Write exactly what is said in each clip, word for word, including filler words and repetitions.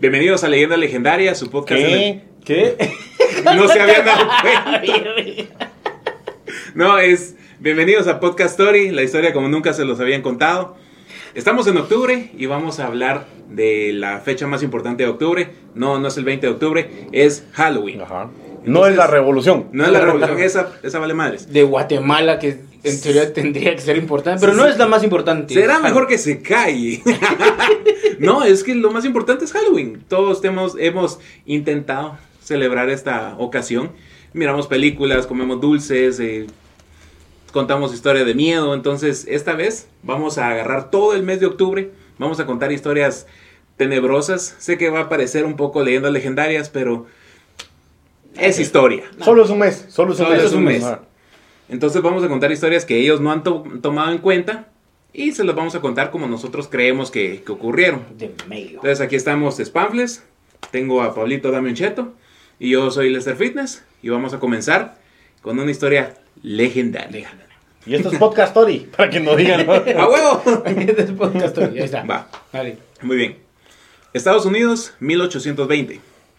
Bienvenidos a Leyendas Legendarias, su podcast. ¿Qué? En el... ¿Qué? No se habían dado cuenta. No, es bienvenidos a Podcast Story, la historia como nunca se los habían contado. Estamos en octubre y vamos a hablar de la fecha más importante de octubre. No, no es el veinte de octubre, es Halloween. Ajá. No Entonces, es la revolución. No es la revolución, esa, esa vale madres. De Guatemala, que en teoría tendría que ser importante, pero sí, no sí. es la más importante. Será mejor que se calle. No, es que lo más importante es Halloween. Todos hemos, hemos intentado celebrar esta ocasión. Miramos películas, comemos dulces, eh, contamos historias de miedo. Entonces, esta vez vamos a agarrar todo el mes de octubre. Vamos a contar historias tenebrosas. Sé que va a parecer un poco leyendas legendarias, pero es historia. Solo es un mes. Solo es un Solo mes. Es un mes. Entonces vamos a contar historias que ellos no han to- tomado en cuenta y se las vamos a contar como nosotros creemos que, que ocurrieron. De medio. Entonces aquí estamos Spamfles, tengo a Pablito Damian Cheto y yo soy Lester Fitness y vamos a comenzar con una historia legendaria. Y esto es Podcast Story, para que no digan. ¿No? ¡A huevo! Este es Podcast Story, ahí está. Va. Vale. Muy bien. Estados Unidos, mil ochocientos veinte.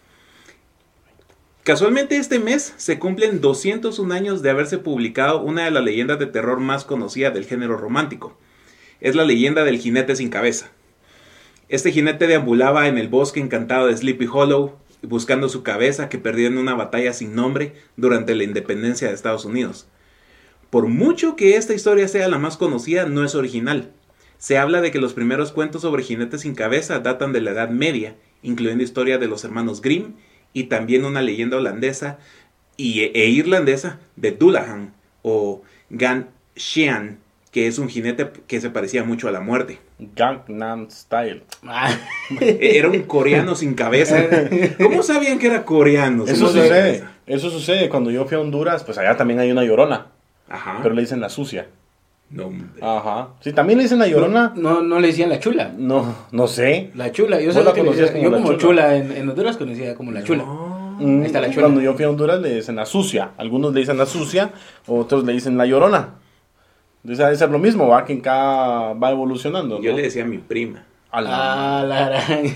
Casualmente este mes se cumplen doscientos un años de haberse publicado una de las leyendas de terror más conocidas del género romántico. Es la leyenda del jinete sin cabeza. Este jinete deambulaba en el bosque encantado de Sleepy Hollow buscando su cabeza que perdió en una batalla sin nombre durante la independencia de Estados Unidos. Por mucho que esta historia sea la más conocida, no es original. Se habla de que los primeros cuentos sobre jinetes sin cabeza datan de la Edad Media, incluyendo historia de los hermanos Grimm, y también una leyenda holandesa y, e irlandesa de Dullahan o Gan Shean, que es un jinete que se parecía mucho a la muerte. Gangnam Style. Era un coreano sin cabeza. ¿Cómo sabían que era coreano? Eso sucede, eso sucede. Cuando yo fui a Honduras, pues allá también hay una llorona. Ajá. Pero le dicen la sucia. No, hombre. Ajá. Sí, también le dicen la llorona. No, no, no le decían la chula. No, no sé. La chula, yo ¿Vos sabía la que le conocías decía- como yo la como chula? chula, en, en Honduras conocía como la chula. No. Mm, Ahí está la chula. Cuando yo fui a Honduras le dicen la sucia. Algunos le dicen la sucia, otros le dicen la llorona. Entonces debe ser lo mismo, va, que en cada va evolucionando, ¿no? Yo le decía a mi prima. A la- Ah, la gran.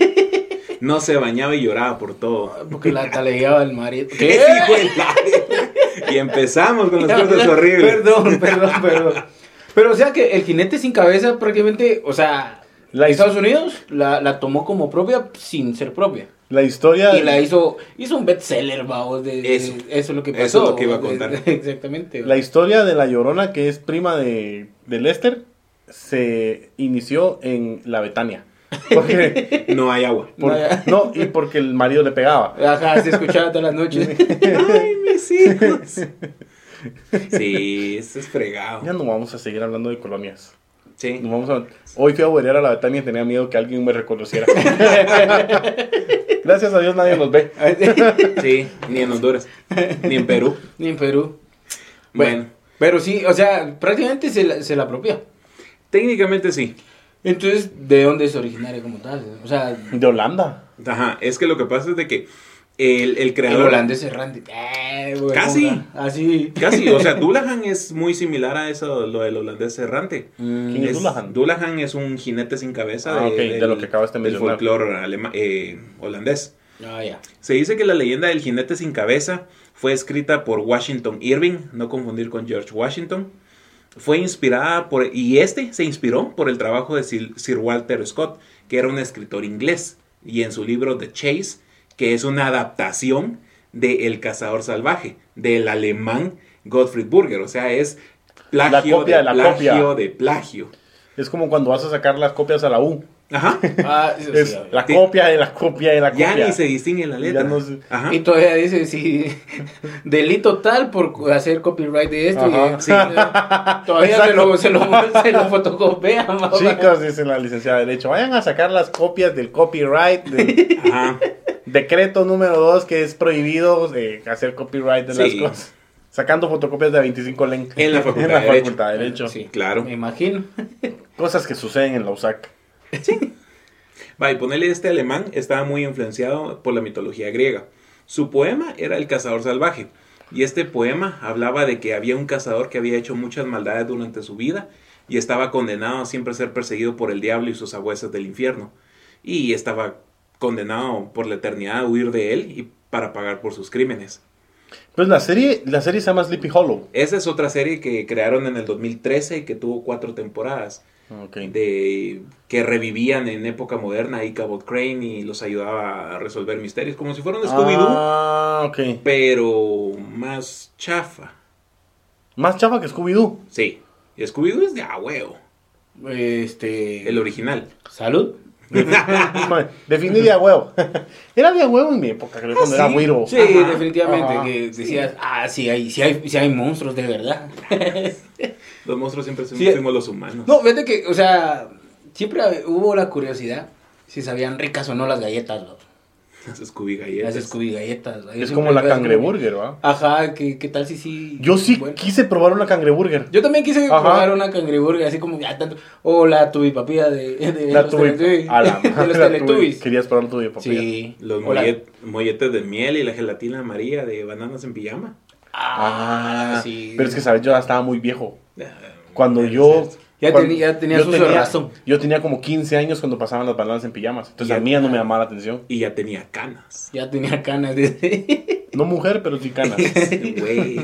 No se bañaba y lloraba por todo. Porque la talegueaba el marido. ¿Qué? Hijo de la- Y empezamos con las cosas horribles. Perdón, perdón, perdón. Pero o sea que el jinete sin cabeza prácticamente, o sea, La Estados Unidos la, la tomó como propia sin ser propia. La historia... Y la hizo, hizo un bestseller, vamos, de, de- Eso. eso es lo que pasó. Eso es lo que iba a de- contar. de- exactamente. La historia de la Llorona, que es prima de, de Lester, se inició en la Betania. Porque, No hay agua. por- No, ya. no, y porque el marido le pegaba. Ajá, se escuchaba todas las noches. Ay, mis hijos. Sí, eso es fregado. Ya no vamos a seguir hablando de colonias. Sí. Nos vamos a... Hoy fui a huerear a la Betania y tenía miedo que alguien me reconociera. Gracias a Dios nadie nos ve. Sí, ni en Honduras, ni en Perú. Ni en Perú. Bueno, Pero sí, o sea, prácticamente se la, se la apropió. técnicamente sí. Entonces, ¿de dónde es originaria como tal? O sea, De Holanda. Ajá, es que lo que pasa es de que el, el el creador... holandés errante. Eh, güey, Casi. ¿cómo está? Así. Casi, o sea, Dullahan es muy similar a eso, lo del holandés errante. ¿Quién es Dullahan? Dullahan es un jinete sin cabeza Ah, de, ok, de del, lo que acabaste de del mencionar. folclore alema- eh, holandés. Ah, ya. Se dice que la leyenda del jinete sin cabeza fue escrita por Washington Irving, no confundir con George Washington. Fue inspirada por, y este se inspiró por el trabajo de Sir, Sir Walter Scott, que era un escritor inglés, y en su libro The Chase, que es una adaptación de El cazador salvaje, del alemán Gottfried Burger, o sea, es plagio La copia de de la plagio copia. de plagio. Es como cuando vas a sacar las copias a la U. Ajá. Ah, eso Es sí, a ver. la Sí. copia de la copia de la Ya copia. ni se distingue la letra. Ya no se- Ajá. Y todavía dice, sí, delito tal por hacer copyright de esto. Ajá. Y, sí, todavía se lo, se, lo, se lo fotocopian. mamá. Chicos, dice la licenciada de Derecho, vayan a sacar las copias del copyright, del Ajá. decreto número dos, que es prohibido eh, hacer copyright de las Sí. cosas. Sacando fotocopias de veinticinco len. En la Facultad En la de Derecho. Facultad de Derecho. Sí, Claro. me imagino. Cosas que suceden en la U S A C. Va, y ponerle este alemán estaba muy influenciado por la mitología griega. Su poema era El cazador salvaje. Y este poema hablaba de que había un cazador que había hecho muchas maldades durante su vida y estaba condenado a siempre ser perseguido por el diablo y sus sabuesos del infierno. Y estaba condenado por la eternidad a huir de él y para pagar por sus crímenes. Pues la serie, la serie se llama Sleepy Hollow. Esa es otra serie que crearon en el dos mil trece y que tuvo cuatro temporadas. Okay. De, que revivían en época moderna a Ichabod Crane y los ayudaba a resolver misterios, como si fuera un Scooby-Doo. Ah, ok. Pero más chafa. Más chafa que Scooby-Doo. Sí, y Scooby-Doo es de a huevo. Este... El original. ¿Salud? Definí de a huevo. Era de a huevo en mi época, creo, cuando ¿sí? era güiro. Sí, Ajá. definitivamente. Ajá. Que decías, ah, sí hay, sí hay, sí hay monstruos de verdad. Los monstruos siempre fuimos, Sí. fuimos los humanos. No, fíjate que, o sea, siempre hubo la curiosidad si sabían ricas o no las galletas, ¿no? Las Scooby galletas. Las Scooby galletas. ¿no? Yo Es siempre como la fue así cangreburger, ¿va? Ajá, ¿qué, qué tal si sí? Yo sí Bueno. quise probar una cangreburger. Yo también quise Ajá. probar una cangreburger, así como ya tanto. O la tubipapilla de, de La los tubi- Teletubbies. a la de madre, los la Teletubbies. tubi- Querías probar la tubipapilla. Sí. Los O la- mollet- molletes de miel y la gelatina amarilla de bananas en pijama. Ah, Ah, sí. pero es que, ¿sabes? Yo ya estaba muy viejo. Ah, Cuando es yo... cierto. Ya cuando- tenía- ya tenías yo uso de razón. Yo tenía como quince años cuando pasaban las bananas en pijamas. Entonces Ya- a mí ya no me llamaba la atención. Y ya tenía canas. Ya tenía canas de, No mujer, pero sí canas. Güey.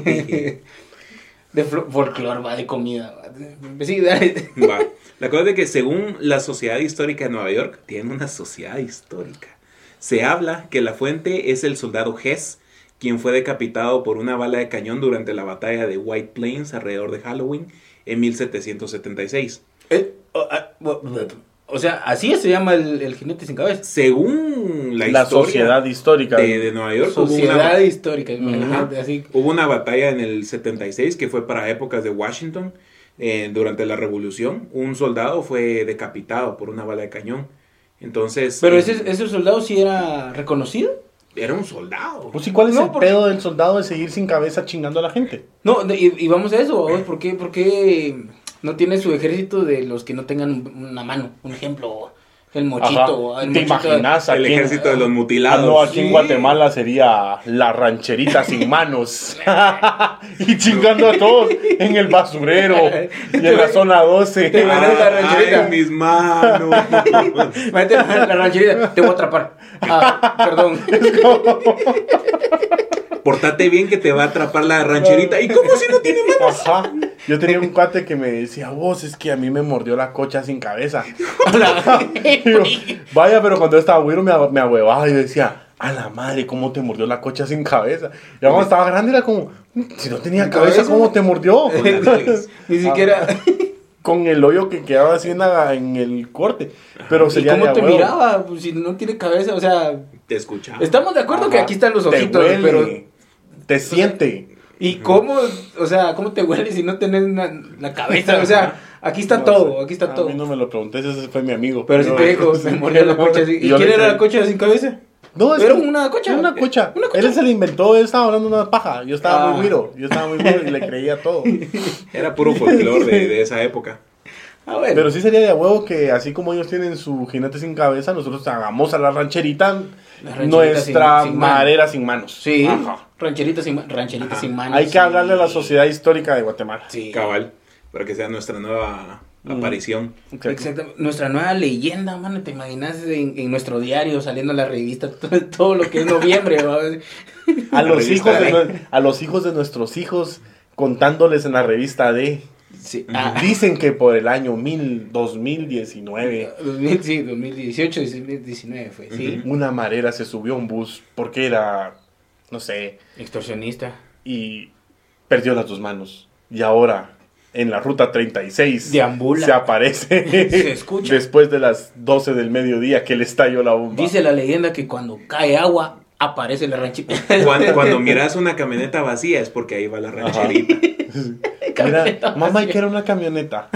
de fol- folclore, va, de comida. Va. Sí, dale. Va. La cosa es de que según la Sociedad Histórica de Nueva York, tiene una sociedad histórica. Se habla que la fuente es el soldado Hess, quien fue decapitado por una bala de cañón durante la batalla de White Plains alrededor de Halloween en mil setecientos setenta y seis. Eh, o, ah, o- o sea, así se llama el, el jinete sin cabeza. Según la, La, historia sociedad histórica. de, de Nueva York, hubo Sociedad una, histórica, imagínate, Ajá. así. hubo una batalla en el setenta y seis que fue para épocas de Washington, eh, durante la Revolución. Un soldado fue decapitado por una bala de cañón. Entonces, Pero eh, ese, ese soldado sí era reconocido. era un soldado. Pues, ¿y cuál es No, el porque- pedo del soldado de seguir sin cabeza chingando a la gente? No, de- y, y vamos a eso, vamos, ¿por qué, por qué no tiene su ejército de los que no tengan una mano? Un ejemplo, el mochito. Ajá. El ¿Te mochito imaginas El aquí en- ejército de los Ah, mutilados. no, aquí en Sí. Guatemala sería la rancherita sin manos. Y chingando a todos en el basurero y en la zona doce. Te van a la rancherita. Ay, mis manos. Imagínate la, la rancherita, te voy a atrapar. Ah, perdón. Portate bien que te va a atrapar la rancherita. ¿Y cómo si no tiene manos? Ajá. Yo tenía un cuate que me decía, vos, es que a mí me mordió la cocha sin cabeza. Y yo, vaya, pero cuando yo estaba güiro me, me ahuevaba y yo decía, a la madre, ¿cómo te mordió la cocha sin cabeza? Y cuando estaba grande era como, si no tenía ¿Sin cabeza, cabeza? ¿cómo te mordió? Con las nalgas. Ni siquiera. Con el hoyo que quedaba así en, la- en el corte. Pero ¿Y sería cómo de a te huevo. miraba? Pues si no tiene cabeza, o sea, Te escuchaba. estamos de acuerdo que Ajá. aquí están los Te ojitos, huele, pero. te siente. ¿Y cómo, o sea, cómo te huele si no tenés una- la cabeza? O sea, aquí está No todo, sé. aquí está A todo. mí no me lo pregunté, ese fue mi amigo. Pero si te dijo, me mordió la cocha así. ¿Y yo quién le era creí. la cocha sin cabeza? No, es Era que- una cocha. Era una cocha. Una cocha. Él se le inventó, él estaba hablando una paja. Yo estaba Ah. muy güiro. Yo estaba muy güiro y le creía todo. Era puro folclore de, de esa época. Ah, bueno. Pero sí sería de a huevo que así como ellos tienen su jinete sin cabeza, nosotros hagamos a la rancherita, La rancherita nuestra sin- sin manos. madera sin manos. Sí, Ajá. rancherita sin, ma- rancherita Ajá. sin manos. Hay que sí. hablarle a la sociedad histórica de Guatemala. Sí. Cabal. Para que sea nuestra nueva aparición. Exacto. Exactamente. Nuestra nueva leyenda, mano. ¿Te imaginas en, en nuestro diario saliendo en la revista todo, todo lo que es noviembre? ¿Va? A La los, revista hijos de, de- nue- a los hijos de nuestros hijos contándoles en la revista de... Sí. Ah, Dicen que por el año mil, dos mil diecinueve dos mil, sí, dos mil dieciocho, dos mil diecinueve fue, sí. una marera se subió a un bus porque era, no sé, Extorsionista. y perdió las dos manos. Y ahora, en la ruta treinta y seis, Deambula. se aparece Se escucha. después de las doce del mediodía que le estalló la bomba. Dice la leyenda que cuando cae agua, aparece la ranchita. Cuando, cuando miras una camioneta vacía es porque ahí va la rancherita. Mira, mamá, ¿y que era una camioneta?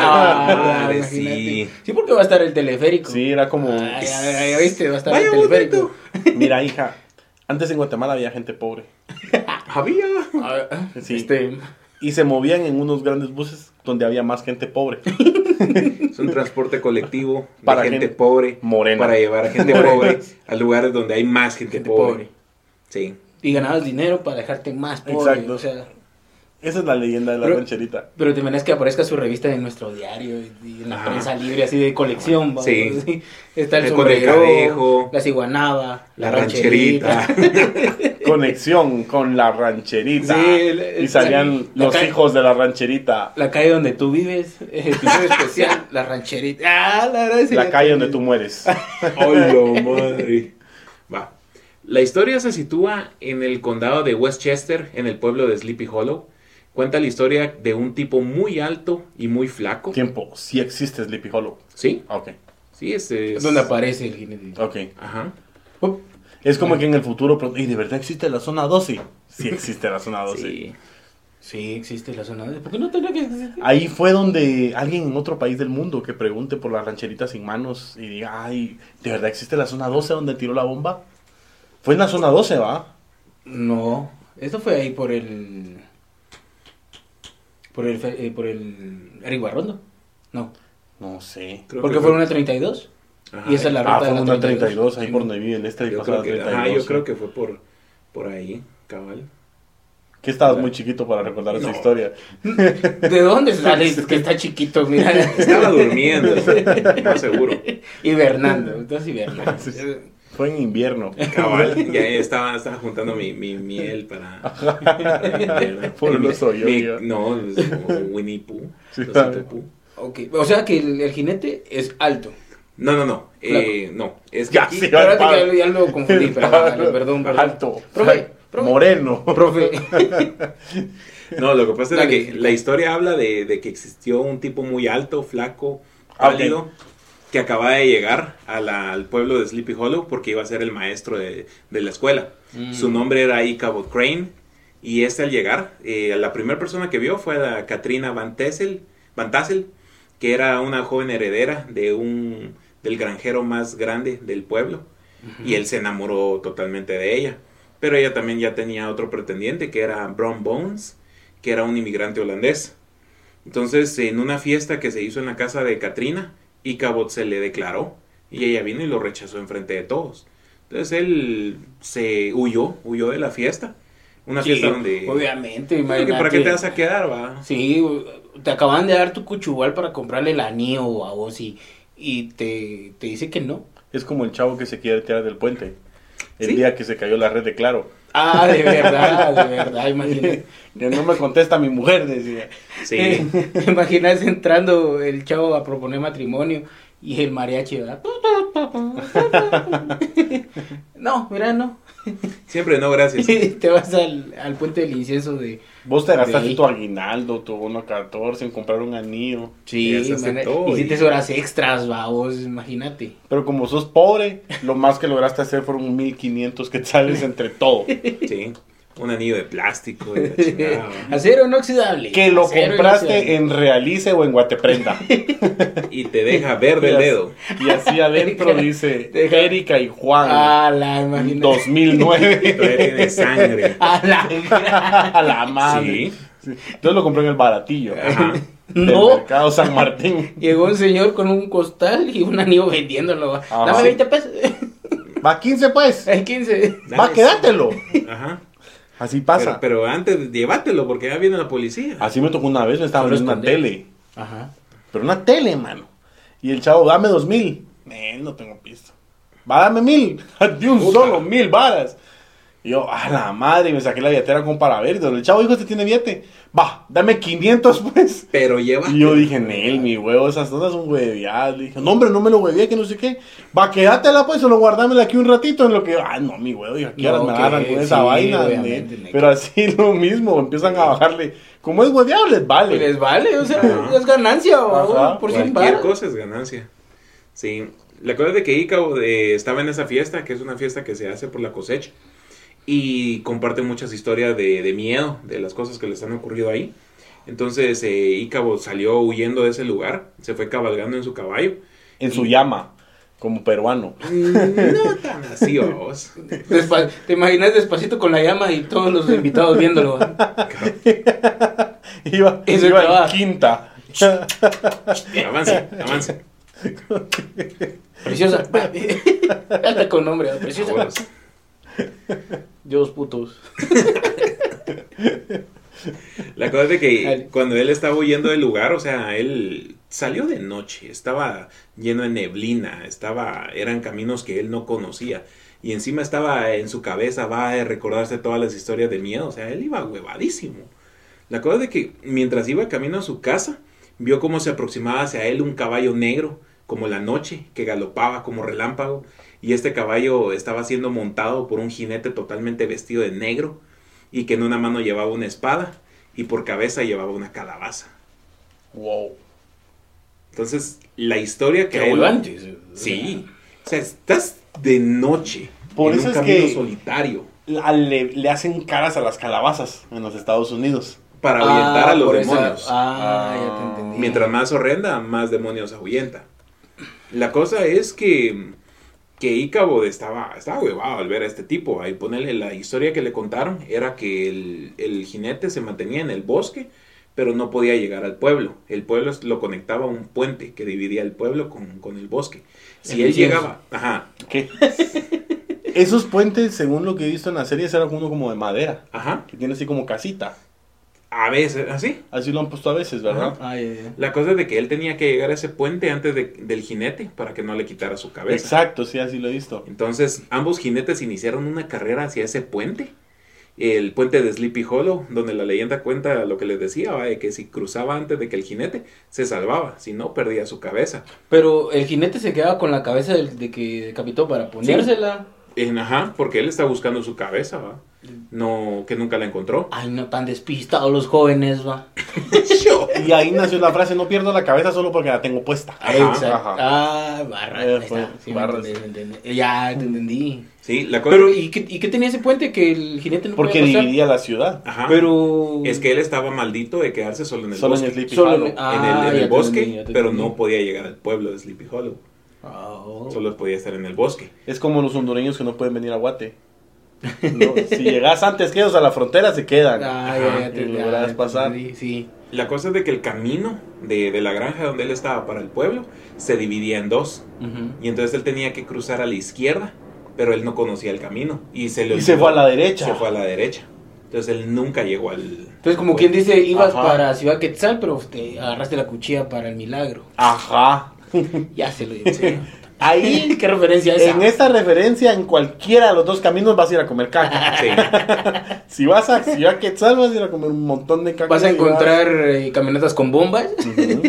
Ah, imagínate. sí. Sí, porque va a estar el teleférico. Sí, era como... Ay, ay, ay, ya viste, va a estar Vaya el teleférico. bonito. Mira, hija, antes en Guatemala había gente pobre. Había. Ah, Sí. Este, Y se movían en unos grandes buses donde había más gente pobre. Es un transporte colectivo de Para gente, gente pobre. morena. Para llevar a gente pobre a lugares donde hay más gente, gente pobre. pobre. Sí. Y ganabas dinero para dejarte más pobre. Exacto. O sea, Esa es la leyenda de la Pero- rancherita. Pero te imaginas que aparezca su revista en nuestro diario y en la Ajá. prensa libre, así de colección. ¿va? Sí. Así. Está el El con el sombrero, cadejo, la ciguanaba, La rancherita. Conexión con la rancherita. Sí, el- y salían la los ca- hijos de la rancherita. La calle donde tú vives, eh, episodio especial, la rancherita. Ah, la verdad sería La calle donde terrible. tú mueres. ¡Hola, madre! Va. La historia se sitúa en el condado de Westchester, en el pueblo de Sleepy Hollow. Cuenta la historia de un tipo muy alto y muy flaco. Tiempo, sí existe Sleepy Hollow. ¿Sí? Ok, Sí, este es... Donde aparece el jinete. ok. Ajá. Up. Es como que en el futuro, pero, ¿y de verdad existe la zona doce? Sí existe la zona doce. Sí. Sí, existe la zona de... ¿Por qué no tendría que existir? Ahí fue donde alguien en otro país del mundo que pregunte por las rancheritas sin manos y diga, ay, ¿de verdad existe la zona doce donde tiró la bomba? Fue en la zona doce, ¿va? No, esto fue ahí por el... Por el... fe- eh, por el... Eric Barrondo. No, No sé. Creo porque que fue una treinta y dos. Ajá. Y esa es la Ah, ruta fue de la una treinta y dos, ahí Sí. por donde vive el este y Yo pasó creo, la que, treinta y dos. ajá, yo sí. creo que fue por, por ahí, cabal. Que estabas muy chiquito para recordar esa No. historia. ¿De dónde sale que está chiquito? Mira. Estaba durmiendo, más seguro. Hibernando, estás hibernando. Sí, sí. Fue en invierno. Cabal, ya estaba, estaba juntando mi, mi miel para... Por el oso yo, Mi- yo. No, es como Winnie Pooh. Sí, Osito sabe. Pooh. Ok, o sea que el, el jinete es alto. No, no, no. Eh, no, es que Ya, aquí- sí. Espérate padre. que ya lo confundí, perdón, perdón, perdón. perdón. Alto. Profe, profe. Moreno. Profe. No, lo que pasa es Dale, que explica. la historia habla de, de que existió un tipo muy alto, flaco, Ah, ok. pálido, que acababa de llegar a la- al pueblo de Sleepy Hollow porque iba a ser el maestro de, de la escuela. Mm. Su nombre era Ichabod Crane y este al llegar, eh, la primera persona que vio fue a Katrina Van Tassel, Van Tassel, que era una joven heredera de un del granjero más grande del pueblo. Y él se enamoró totalmente de ella. Pero ella también ya tenía otro pretendiente que era Brom Bones, que era un inmigrante holandés. Entonces, en una fiesta que se hizo en la casa de Katrina, Ichabod se le declaró y ella vino y lo rechazó enfrente de todos. Entonces él se huyó, huyó de la fiesta. Una Sí, fiesta donde... obviamente, Porque imagínate. ¿para qué te vas a quedar, va? Sí, te acaban de dar tu cuchubal para comprarle el anillo a vos y, y te, te dice que no. Es como el chavo que se quiere tirar del puente. El ¿Sí? día que se cayó la red de Claro. Ah, de verdad, de verdad, imagínate. No me contesta mi mujer, decía. Sí. ¿Te imaginas entrando el chavo a proponer matrimonio y el mariachi, ¿verdad? No, mira, no. Siempre no, gracias. Te vas al, al puente del incienso de... Vos te gastaste ahí. tu aguinaldo, tu bono catorce en comprar un anillo. Sí, Ya se imagina- aceptó, hiciste y- horas extras, va, vos, imagínate. Pero como sos pobre, lo más que lograste hacer fueron mil quinientos quetzales entre todo. Sí. Un anillo de plástico. Y la chingada, ¿va? Acero inoxidable. Que lo acero compraste inoxidable. en Realice o en Guateprenda. Y te deja verde el dedo. Y así adentro dice Deja- Erika y Juan. Ah, la imagínate. dos mil nueve. Todavía tiene sangre. A la... A la madre. Sí. Sí. Entonces lo compré en el baratillo. Ajá. Del No. mercado San Martín. Llegó un señor con un costal y un anillo vendiéndolo. va. Ah, Dame sí. veinte pesos. Va quince pues. Hay quince. Va, Dale, quédatelo. Ajá. Así pasa. Pero, pero antes, llévatelo porque ya viene la policía. Así me tocó una vez, me estaba Solo viendo una esconder. tele. Ajá. Pero una tele, mano. Y el chavo, dame dos mil. Men, no tengo pisto. Va, dame mil. De un Puta. solo, mil varas. Y yo, a la madre, y me saqué la billetera como para ver. El chavo dijo, ¿este tiene billete? Va, dame quinientos, pues. Pero lleva. Y yo dije, Nel, mi huevo, esas cosas son hueveadas. Le dije, no, hombre, no me lo hueveé, que no sé qué. Va, quédatela, pues, solo guardámela aquí un ratito en lo que. Ah, no, mi huevo, y aquí No, ahora me que agarran con esa sí, vaina. obviamente, Nel. ne- Pero así lo mismo, empiezan a bajarle. Como es hueveado, les vale. Les vale, o sea, Ajá. es ganancia, va, Ajá, por cien Cualquier baros. cosa es ganancia. Sí. La cosa es de que Ichabod eh, estaba en esa fiesta, que es una fiesta que se hace por la cosecha. Y comparte muchas historias de, de miedo, de las cosas que les han ocurrido ahí. Entonces eh, Ichabod salió huyendo de ese lugar, se fue cabalgando en su caballo. En su llama, como peruano. No tan así, vos. Despa- ¿Te imaginas despacito con la llama y todos los invitados viéndolo? ¿va? Iba, Eso iba estaba- en quinta. Avance, avance. Preciosa. Hasta con nombre, ¿va? Preciosa. Abuelos. Dios putos. La cosa es de que cuando él estaba huyendo del lugar, o sea, él salió de noche, estaba lleno de neblina, estaba, eran caminos que él no conocía. Y encima estaba en su cabeza, va a recordarse todas las historias de miedo. O sea, él iba huevadísimo. La cosa es de que mientras iba camino a su casa, vio cómo se aproximaba hacia él un caballo negro, como la noche, que galopaba como relámpago. Y este caballo estaba siendo montado por un jinete totalmente vestido de negro, y que en una mano llevaba una espada, y por cabeza llevaba una calabaza. Wow. Entonces, la historia que... Qué huevante. Sí. O sea, estás de noche, por en eso un es camino que solitario, le, le hacen caras a las calabazas en los Estados Unidos. para ahuyentar Ah, a los por demonios. esa- Ah, Ah. ya te entendí. Mientras más horrenda, más demonios ahuyenta. La cosa es que, que Ícabo estaba, estaba huevado al ver a este tipo. Ahí ponerle la historia que le contaron, era que el, el jinete se mantenía en el bosque, pero no podía llegar al pueblo. El pueblo lo conectaba a un puente que dividía el pueblo con, con el bosque. Si El él incienso. llegaba, ajá, ¿Qué? Esos puentes, según lo que he visto en las series, eran uno como de madera, ajá, que tiene así como casita. a veces, así. Así lo han puesto a veces, ¿verdad? Ajá. Ah, ya, ya. La cosa es de que él tenía que llegar a ese puente antes de- del jinete para que no le quitara su cabeza. Exacto, sí, así lo he visto. Entonces, ambos jinetes iniciaron una carrera hacia ese puente, el puente de Sleepy Hollow, donde la leyenda cuenta lo que les decía, ¿va? De que si cruzaba antes de que el jinete se salvaba, si no, perdía su cabeza. Pero el jinete se quedaba con la cabeza del, de que decapitó para ponérsela. En, ajá, porque él está buscando su cabeza, ¿va? No, que nunca la encontró. Ay, no tan despistados los jóvenes, va. Y ahí nació la frase, no pierdo la cabeza solo porque la tengo puesta. Ajá, Exacto. ajá. Ah, barra. Eh, ahí fue- está. Sí, barras. me entendí, me entendí. Ya, te entendí. Sí, la cosa... Pero, ¿y qué, ¿y qué tenía ese puente que el jinete no Porque podía pasar? dividía la ciudad. Ajá. Pero... Es que él estaba maldito de quedarse solo en el Solo en bosque. el Sleepy Solo Hollow. en- ah, en el, en ya el te bosque, entendí, ya te pero entendí. no podía llegar al pueblo de Sleepy Hollow. Ah, oh. Solo podía estar en el bosque. Es como los hondureños que no pueden venir a Guate. No, si llegas antes que ellos a la frontera, se quedan. Ah, Ajá, ya, ya te, y ya, lograrás te pasar. entendí, sí. La cosa es de que el camino de, de la granja donde él estaba para el pueblo se dividía en dos. Ujú. Y entonces él tenía que cruzar a la izquierda, pero él no conocía el camino. Y se, le Y se olvidó. fue a la derecha. Se fue a la derecha. Entonces él nunca llegó al... Entonces, como quien dice, ibas Ajá. para Ciudad Quetzal, pero te agarraste la cuchilla para el milagro. Ajá. Ya se lo dije. Ahí, ¿qué referencia es esa? En esta referencia, en cualquiera de los dos caminos vas a ir a comer caca. Sí. Si vas a Ciudad Quetzal, vas a ir a comer un montón de caca. Vas a Y encontrar eh, camionetas con bombas. Ujú.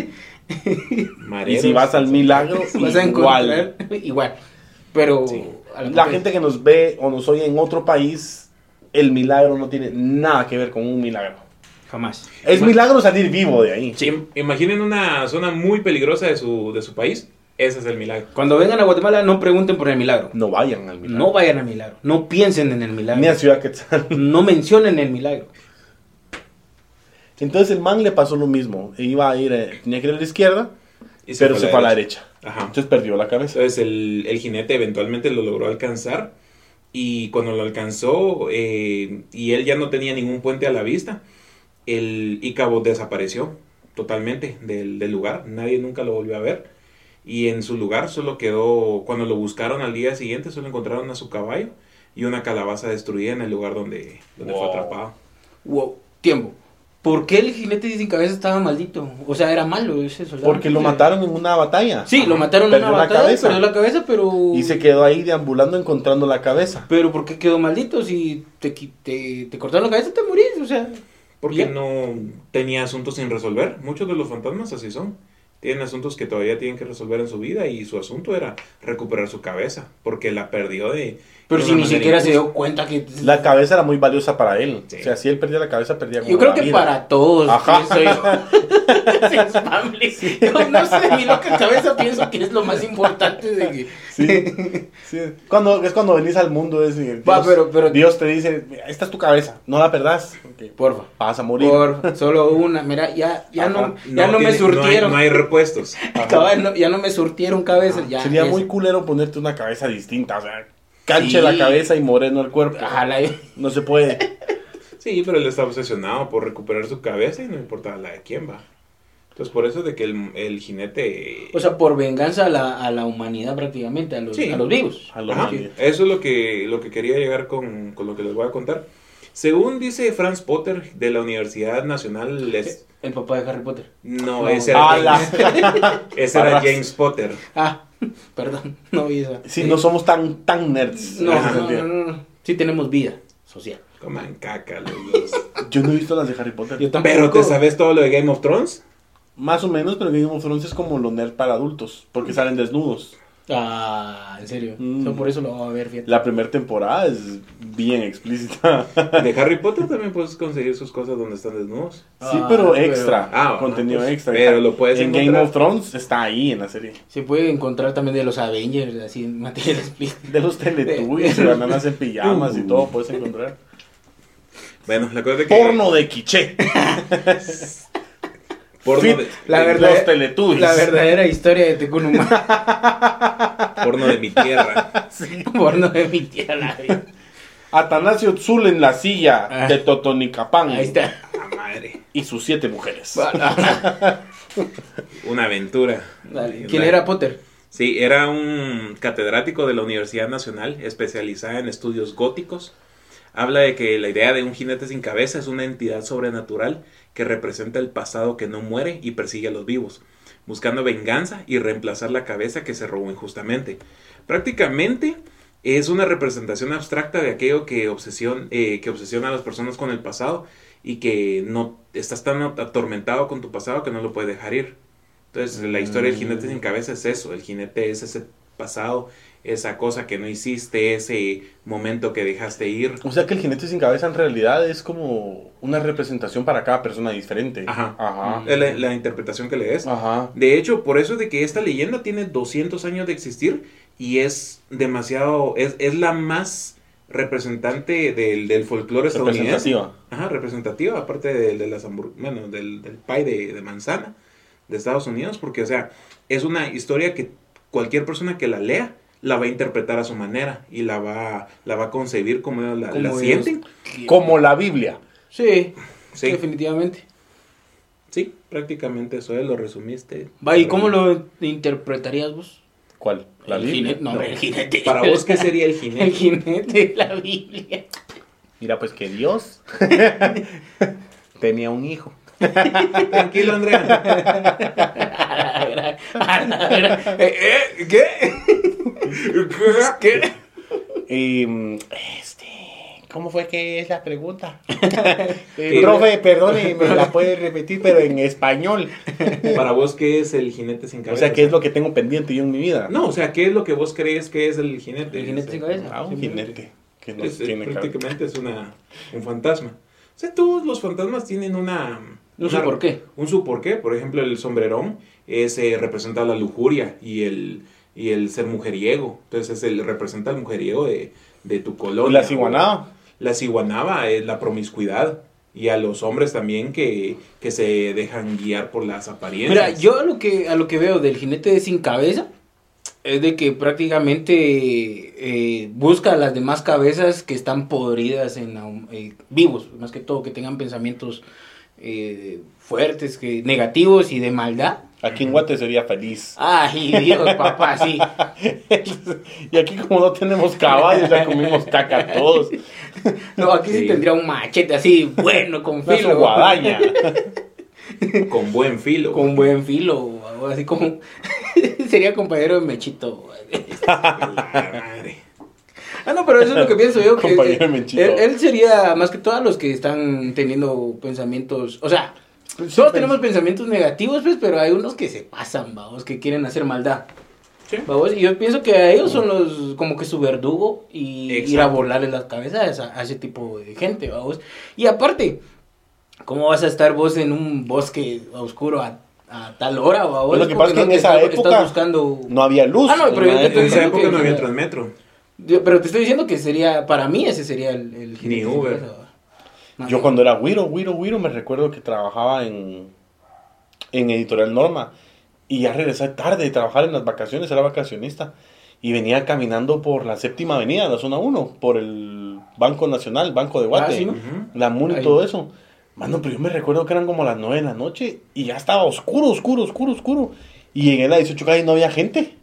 Y Mareros. si vas al milagro, Vas a igual. encontrar igual. Pero Sí. a La gente que nos ve o nos oye en otro país, el milagro no tiene nada que ver con un milagro. jamás. Es milagro salir vivo de ahí. Im- Imaginen una zona muy peligrosa de su, de su país. Ese es el milagro. Cuando vengan a Guatemala, no pregunten por el milagro. No vayan al milagro. No vayan al milagro. No piensen en el milagro. Ni a Ciudad Quetzal. No mencionen el milagro. Entonces el man le pasó lo mismo. Iba a ir, eh, tenía que ir a la izquierda, Y pero se fue a la derecha. Ajá. Entonces perdió la cabeza. Entonces el, el jinete eventualmente lo logró alcanzar. Y cuando lo alcanzó eh, y él ya no tenía ningún puente a la vista, el Ícabo desapareció totalmente del, del lugar. Nadie nunca lo volvió a ver. Y en su lugar solo quedó, cuando lo buscaron al día siguiente, solo encontraron a su caballo y una calabaza destruida en el lugar donde, donde fue Wow. atrapado. Wow, tiempo. ¿Por qué el jinete sin cabeza estaba maldito? O sea, era malo ese soldado. Porque lo mataron en una batalla. Sí, lo Ajá. mataron en Perdió una la batalla, cabeza. perdió la cabeza, pero... Y se quedó ahí deambulando encontrando la cabeza. Pero ¿por qué quedó maldito? Si te, qui- te, te cortaron la cabeza, te morís, o sea... Porque Ya. no tenía asuntos sin resolver. Muchos de los fantasmas así son. Tienen asuntos que todavía tienen que resolver en su vida y su asunto era recuperar su cabeza. Porque la perdió de... Pero de si una ni manera siquiera se injusta. dio cuenta que... La cabeza era muy valiosa para él. Sí. O sea, si él perdía la cabeza, perdía como Yo creo la que vida. para todos, Ajá. pienso yo. Sí, es family. Yo no sé, mi loca cabeza pienso que es lo más importante de que... Sí, sí. Cuando, es cuando venís al mundo. Es, Dios, Va, pero- pero- Dios te dice, "Mira, esta es tu cabeza, no la perdás. porque Porfa. Vas a morir. Por solo una, mira, ya, ya Ajá. no, ya no, me tiene- surtieron. No hay, no hay repuestos. Cabal, no- ya no me surtieron cabezas. Ya, Sería ya muy sé. culero ponerte una cabeza distinta. O sea, canche Sí. la cabeza y moreno el cuerpo. Ojalá. No se puede. Sí, pero él estaba obsesionado por recuperar su cabeza y no importaba la de quién va. Entonces por eso es de que el, el jinete... O sea, por venganza a la, a la humanidad prácticamente, a los, Sí. a los vivos. A lo Ajá, mal. eso es lo que, lo que quería llegar con, con lo que les voy a contar. Según dice Franz Potter de la Universidad Nacional... Es... El papá de Harry Potter. No, No. ese era, ¡Hala! James, ese era James Potter. Ah, perdón, no vi esa. Sí, no somos tan, tan nerds. No, en ese no, sentido. no, no, no. Sí tenemos vida social. Coman caca los dos. Yo no he visto las de Harry Potter. Yo tampoco. Pero ¿te sabes todo lo de Game of Thrones? Más o menos, pero Game of Thrones es como los nerds para adultos, porque salen desnudos. Ah, en serio. Mm. So, por eso lo voy a ver, fíjate. La primera temporada es bien explícita. De Harry Potter también puedes conseguir sus cosas donde están desnudos. Sí, Ah, pero pero- extra. Ah, contenido pues, extra. pero lo puedes En encontrar. Game of Thrones está ahí en la serie. Se puede encontrar también de los Avengers, así en material explícito. De los Teletubbies, de bananas en pijamas y todo puedes encontrar. Bueno, la cosa es que... Porno de quiché. Porno Fit. de, La de- verdad- Los Teletubbies. La verdadera historia de Tecunumá. porno de mi tierra. Por no de mi tía la vida. Atanasio Tzul en la silla Ah. de Totonicapán. Ahí está. La madre. Y sus siete mujeres. Una aventura. Dale. ¿Quién era Potter? Sí, era un catedrático de la Universidad Nacional especializada en estudios góticos. Habla de que la idea de un jinete sin cabeza es una entidad sobrenatural que representa el pasado que no muere y persigue a los vivos, buscando venganza y reemplazar la cabeza que se robó injustamente. Prácticamente es una representación abstracta de aquello que, obsesión, eh, que obsesiona a las personas con el pasado y que no estás tan atormentado con tu pasado que no lo puedes dejar ir. Entonces la historia del jinete sin cabeza es eso, el jinete es ese pasado, esa cosa que no hiciste, ese momento que dejaste ir. O sea que el jinete sin cabeza en realidad es como una representación para cada persona diferente. Ajá. Ajá. Es la, la interpretación que le des. Ajá. De hecho, por eso es de que esta leyenda tiene doscientos años de existir y es demasiado, es, es la más representante del, del folclore estadounidense. Representativa. Ajá, representativa, aparte de, de las hambur- bueno, del, del pie de, de manzana de Estados Unidos, porque, o sea, es una historia que cualquier persona que la lea la va a interpretar a su manera y la va, la va a concebir como ellos la, Como la ellos. sienten. Como la Biblia. Sí, Sí. definitivamente. Sí, prácticamente eso es, lo resumiste. Va, ¿y cómo lo interpretarías vos? ¿Cuál? ¿La el Biblia? jinete, no, No. el jinete. Para vos, ¿qué sería el El jinete? jinete, la Biblia. Mira, pues que Dios tenía un hijo. Tranquilo, Andrea. A la gran- a la gran- Eh, eh, ¿Qué? ¿Qué? Y, mm, este, ¿cómo fue que es la pregunta? Eh, Profe, perdone, me la puede repetir, pero en español. Para vos, ¿qué es el jinete sin O cabeza? sea, ¿qué es lo que tengo pendiente yo en mi vida? No, o sea, ¿qué es lo que vos crees que es el jinete? El jinete sin cabeza. Ah, un jinete que no Es, es- tiene cabeza. prácticamente es una, un fantasma. O sea, todos los fantasmas tienen una... No sé una- por qué. Un su por qué. Por ejemplo, el sombrerón es, eh, representa la lujuria y el, y el ser mujeriego. Entonces, es el, representa el mujeriego de, de tu ¿Y colonia. la ciguanaba? La ciguanaba es la promiscuidad. Y a los hombres también que, que se dejan guiar por las apariencias. Mira, yo a lo que a lo que veo del jinete sin cabeza es de que prácticamente eh, busca las demás cabezas que están podridas en la- eh, vivos, más que todo que tengan pensamientos eh, fuertes, que negativos y de maldad. Aquí en Guate sería feliz. Ay, Dios, papá, sí. Y aquí como no tenemos caballos, ya comimos caca todos. No, aquí sí, Sí. tendría un machete así, bueno, con Una filo. guadaña. Con buen filo. Con buen filo, o así como sería compañero de Mechito. La madre. Ah, no, pero eso es lo que pienso yo. Que Compañero de él, Menchito. él sería más que todos los que están teniendo pensamientos. O sea, Pues sí, todos pues. tenemos pensamientos negativos, pues, pero hay unos que se pasan, vamos, que quieren hacer maldad. Sí. Vamos, y yo pienso que a ellos son los, como que su verdugo y Exacto. ir a volarles las cabezas a, a ese tipo de gente, vamos. Y aparte, ¿cómo vas a estar vos en un bosque oscuro a, a tal hora, vamos? Pues lo que pasa es que en te esa estás- época estás buscando... No había luz. Ah, no, pero yo te En estoy esa diciendo época que- no había Transmetro. Yo- pero te estoy diciendo que sería, para mí ese sería el, el jinete Ni sin Uber. cabeza, ¿va? No, Yo no. cuando era Wiro, Wiro, Wiro, me recuerdo que trabajaba en, en Editorial Norma. Y ya regresé tarde de trabajar en las vacaciones, era vacacionista. Y venía caminando por la séptima avenida, la zona uno, por el Banco Nacional, Banco de Guate, Ah, ¿sí, no? Ujú. la M U N y Ahí. todo eso. Mano, pero yo me recuerdo que eran como las nueve de la noche y ya estaba oscuro, oscuro, oscuro, oscuro. Y llegué a la dieciocho calle y no había gente.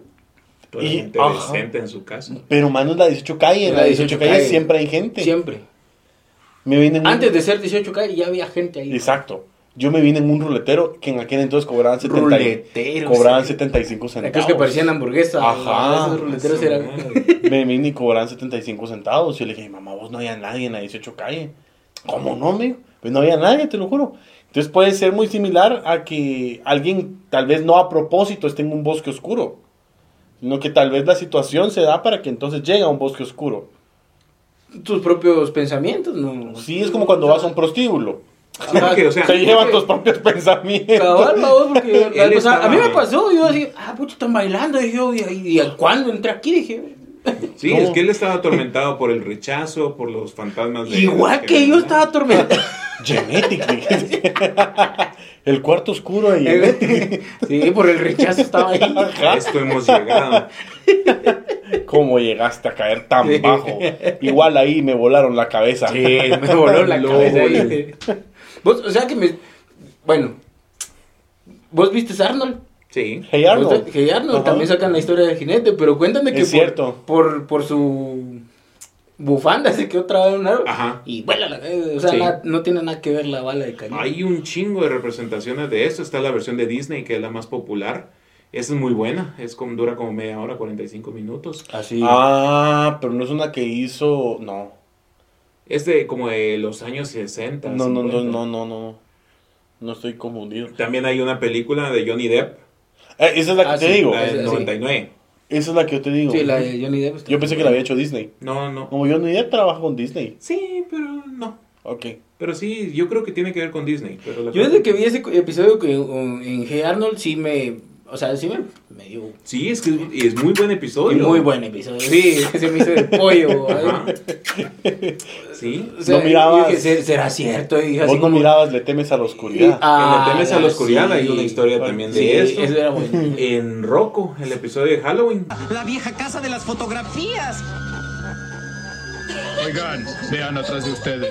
Toda Y- gente ajá. decente en su casa. Pero, mano, es la dieciocho calle, en La la dieciocho dieciocho calle calle. siempre hay gente. Siempre. Me vine en un- Antes de ser dieciocho K ya había gente ahí. Exacto. Yo me vine en un ruletero que en aquel entonces cobraban setenta, Ruletero, cobraban sí. setenta y cinco centavos. Aquellos que parecían hamburguesas. Ajá. Esos ruleteros eran. Me vine y cobraban setenta y cinco centavos. Yo le dije, mamá, vos no había nadie en la dieciocho calle. ¿Cómo no, me? Pues no había nadie, te lo juro. Entonces puede ser muy similar a que alguien, tal vez no a propósito, esté en un bosque oscuro, sino que tal vez la situación se da para que entonces llegue a un bosque oscuro. Tus propios pensamientos, ¿no? Sí, es como cuando vas a un prostíbulo. Sí, porque, o sea, Se llevan porque- tus propios pensamientos. Cabal, vamos, porque Él la vez pasada- estaba- a mí me pasó, yo así, ah, pucha, están bailando, dije yo, y, y, y cuando entré aquí, dije, Sí, No. es que él estaba atormentado por el rechazo, por los fantasmas de... igual que yo estaba atormentado. Genetic. El cuarto oscuro de Genetic. Sí, por el rechazo estaba ahí. A esto hemos llegado. ¿Cómo llegaste a caer tan bajo? Igual ahí me volaron la cabeza. Sí, me voló la Lol. cabeza ahí. Vos, o sea que me, bueno, ¿vos viste Arnold? Sí. Hey ¿Vos Arnold. te- Hey Arnold, Ajá. también sacan la historia del jinete, pero cuéntame que Es por, cierto. por, por su bufanda se quedó trabado en un árbol Ajá. y vuela la cabeza, o sea, Sí. nada- no tiene nada que ver la bala de cañón. Hay un chingo de representaciones de esto. Está la versión de Disney, que es la más popular. Esa es muy buena. Es como, dura como media hora, cuarenta y cinco minutos. Así. Ah, pero no es una que hizo. No. Es de como de los años sesenta. No, no, no, cincuenta. no, no, no. No estoy confundido. También hay una película de Johnny Depp, Eh, esa es la que Ah, te sí, digo. la esa- del sí. noventa y nueve. Esa es la que yo te digo. Sí, la de Johnny Depp. está Yo pensé que la había hecho Disney. No, no. Como Johnny Depp trabaja con Disney. Sí, pero no. Ok. Pero sí, yo creo que tiene que ver con Disney. Pero la Yo desde que vi ese episodio que, um, en Hey Arnold sí me, o sea, sí me, me dio Sí, es que es, y es muy buen y episodio. muy buen episodio. Sí, se me hizo de pollo. Ajá. ¿eh? Sí. O sea, No mirabas- yo dije, "¿Ser- ¿será cierto?" Y dije así Vos no como- mirabas Le temes a la oscuridad. Ah, En Le temes a la oscuridad sí. hay una historia también de Sí, eso. eso era bueno. En Rocco, el episodio de Halloween. La vieja casa de las fotografías. Oigan, vean atrás de ustedes.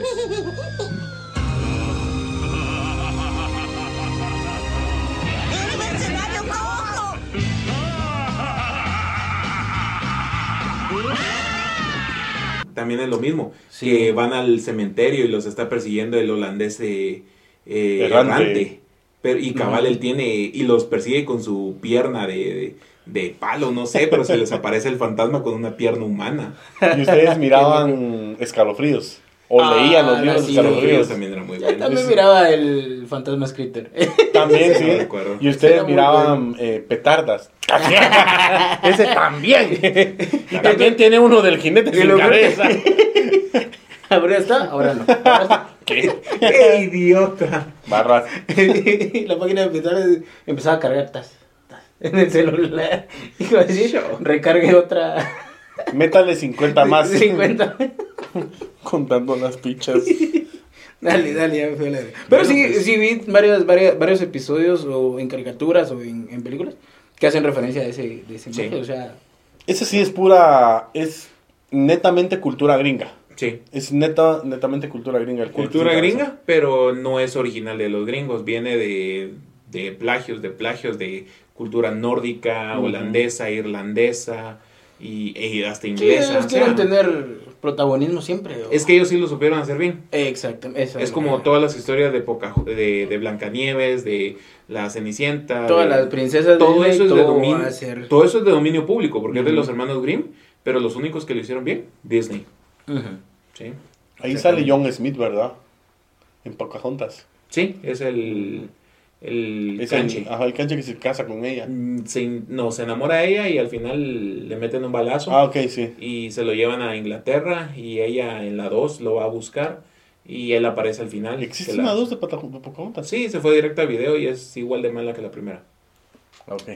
También es lo mismo. Sí. Que van al cementerio y los está persiguiendo el holandés eh, eh, Errante. errante. Pero, y cabal él tiene, y los persigue con su pierna de, de, de palo, no sé, pero se les aparece el fantasma con una pierna humana. Y ustedes miraban Escalofríos. O Ah, leían los libros sí. de Escalofríos. También era muy Yo bueno. también miraba el fantasma Scritter. También, Sí, sí. me acuerdo. Y ustedes Era muy miraban eh, Petardas. Ese también. Y también tiene uno del jinete Y sin lo- cabeza. Ahora está, ahora no. Ahora está. ¿Qué? ¡Qué idiota! Barras. Y la máquina de pensar empezaba a cargar tas, tas, en el celular. Y como así, recargue otra Métale cincuenta más. cincuenta. Contando las pichas. Dale, dale, ya me fui a la verga. Pero Bueno, sí, pues- sí vi varios, varios, varios episodios o en caricaturas o en, en películas que hacen referencia a ese, de ese Sí. maje, o sea, Ese sí es pura. Es netamente cultura gringa. Sí. Es neta, netamente cultura gringa. el Cultura jinete sin gringa, pero no es original de los gringos. Viene de, de plagios, de plagios de cultura nórdica, Ujú. holandesa, irlandesa y, y hasta sí, inglesa. ellos o sea, quieren tener protagonismo siempre. o- es que ellos sí lo supieron hacer bien. Exacto, eso Es como todas las historias de, Poca, de, de Blancanieves, de la Cenicienta. todas de- las princesas todo Disney, eso es de todo dominio, va a ser- todo eso es de dominio público porque es de Ujú. los hermanos Grimm, pero los únicos que lo hicieron bien, Disney. Ujú. Sí, Ahí sale John Smith, ¿verdad? En Pocahontas. sí es el, el Es canche. el, ajá, el canche que se casa con ella. Mm, se, no, se enamora de ella y al final le meten un balazo Ah, ok, sí. y se lo llevan a Inglaterra y ella en la dos lo va a buscar y él aparece al final. ¿Existe Se la- una dos de, Pata- de Pocahontas? Sí, se fue directo al video y es igual de mala que la primera. Ok.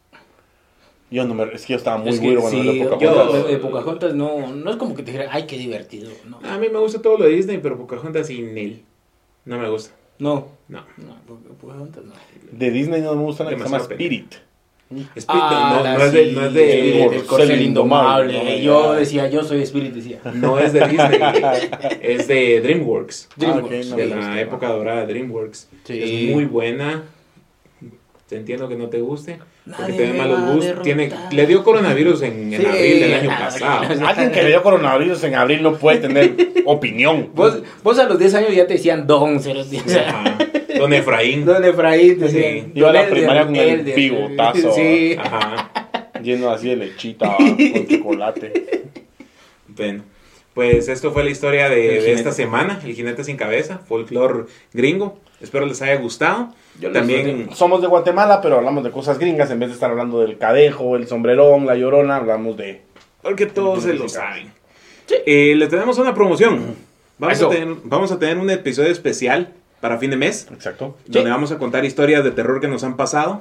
Yo no me... Es que yo estaba muy Es que bueno cuando sí, vi yo Pocahontas. de Pocahontas no, no es como que te dijera, ay, qué divertido, no. A mí me gusta todo lo de Disney, pero Pocahontas sin él. No me gusta. No, No. no, Pocahontas no. De Disney no me gusta la que se llama Demasiado pena. Spirit. Spirit, Ah, no, la no es de, sí, no es de, el corcel indomable. indomable, Yo ¿no? decía, yo soy Spirit, decía. no es de Disney, es de DreamWorks. DreamWorks, Ah, ok, no de me la gusta. época dorada de DreamWorks. Sí. Es muy buena. entiendo que no te guste. Porque Nadie tiene me malos va a gustos. Tiene, derrotar. le dio coronavirus en, en Sí, abril del año en pasado. abril. Alguien que le dio coronavirus en abril no puede tener opinión. Vos, vos a los diez años ya te decían don, ceros, o sea, Ajá. Don Efraín. don Efraín, te Sí. decían, Iba a la don Elder, primaria con el Elder. bigotazo, Sí. Ajá. Lleno así de lechita con chocolate. Bueno, pues esto fue la historia de, El de jinete. esta semana, el jinete sin cabeza, folclore gringo. Espero les haya gustado. Yo lo También, Somos de Guatemala, pero hablamos de cosas gringas. En vez de estar hablando del cadejo, el sombrerón, la llorona, hablamos de... porque todos se lo saben. Eh, le tenemos una promoción. Vamos a, Eso. tener, vamos a tener un episodio especial para fin de mes, Exacto. donde vamos a contar historias de terror que nos han pasado.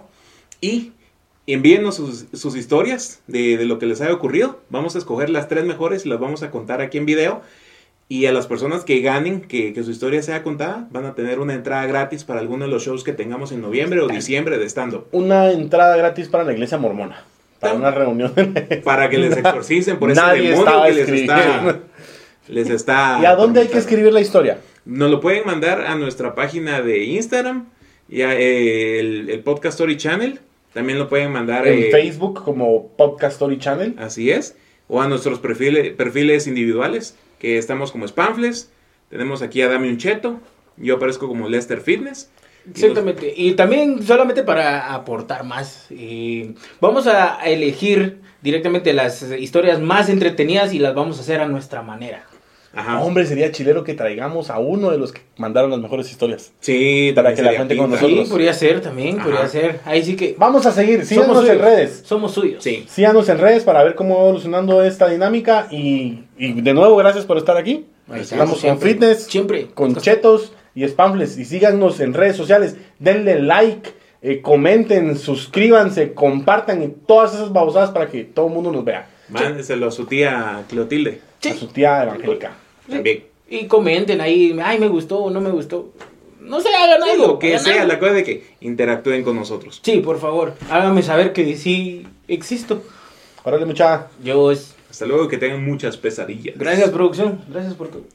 Y envíennos sus, sus historias de, de lo que les haya ocurrido. Vamos a escoger las tres mejores y las vamos a contar aquí en video. Y a las personas que ganen, que, que su historia sea contada, van a tener una entrada gratis para alguno de los shows que tengamos en noviembre o diciembre de stand-up. Una entrada gratis para la iglesia mormona. Para una reunión. Para que les exorcicen por ese Nadie demonio estaba que les está, escribiendo. les está... ¿Y a dónde hay que escribir la historia? Nos lo pueden mandar a nuestra página de Instagram, y a, eh, el, el Podcast Story Channel. También lo pueden mandar En eh, Facebook como Podcast Story Channel. Así es. O a nuestros perfiles, perfiles individuales, que estamos como Spamfles. Tenemos aquí a Dami Uncheto. Yo aparezco como Lester Fitness. Exactamente. Y también solamente para aportar más, eh, vamos a elegir directamente las historias más entretenidas y las vamos a hacer a nuestra manera. Ajá. Hombre, sería chilero que traigamos a uno de los que mandaron las mejores historias. Sí, Para también que la sería gente con pinta. nosotros. Sí, podría ser también, Ajá. podría ser. Ahí sí que Vamos a seguir, síganos en suyos, redes. Somos suyos. Sí. Síganos en redes para ver cómo va evolucionando esta dinámica. Y, y de nuevo, gracias por estar aquí. Ahí está, Estamos con siempre, Fitness, siempre. con Chetos y Spamfles. Y síganos en redes sociales. Denle like, eh, comenten, suscríbanse, compartan y todas esas babosadas para que todo el mundo nos vea. Mándeselo a su tía Clotilde. Sí. A su tía evangélica. También. Y comenten ahí, ay, me gustó o no me gustó. No sé, hagan Sí, algo. lo que hagan sea, algo. la cosa de que interactúen con nosotros. Sí, por favor, háganme saber que sí existo. Órale, mucha. Yo es... Hasta luego, que tengan muchas pesadillas. Gracias, producción. Gracias por todo.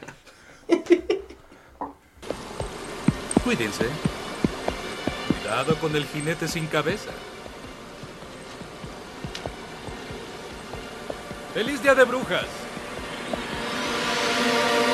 Cuídense. Cuidado con el jinete sin cabeza. ¡Feliz Día de Brujas!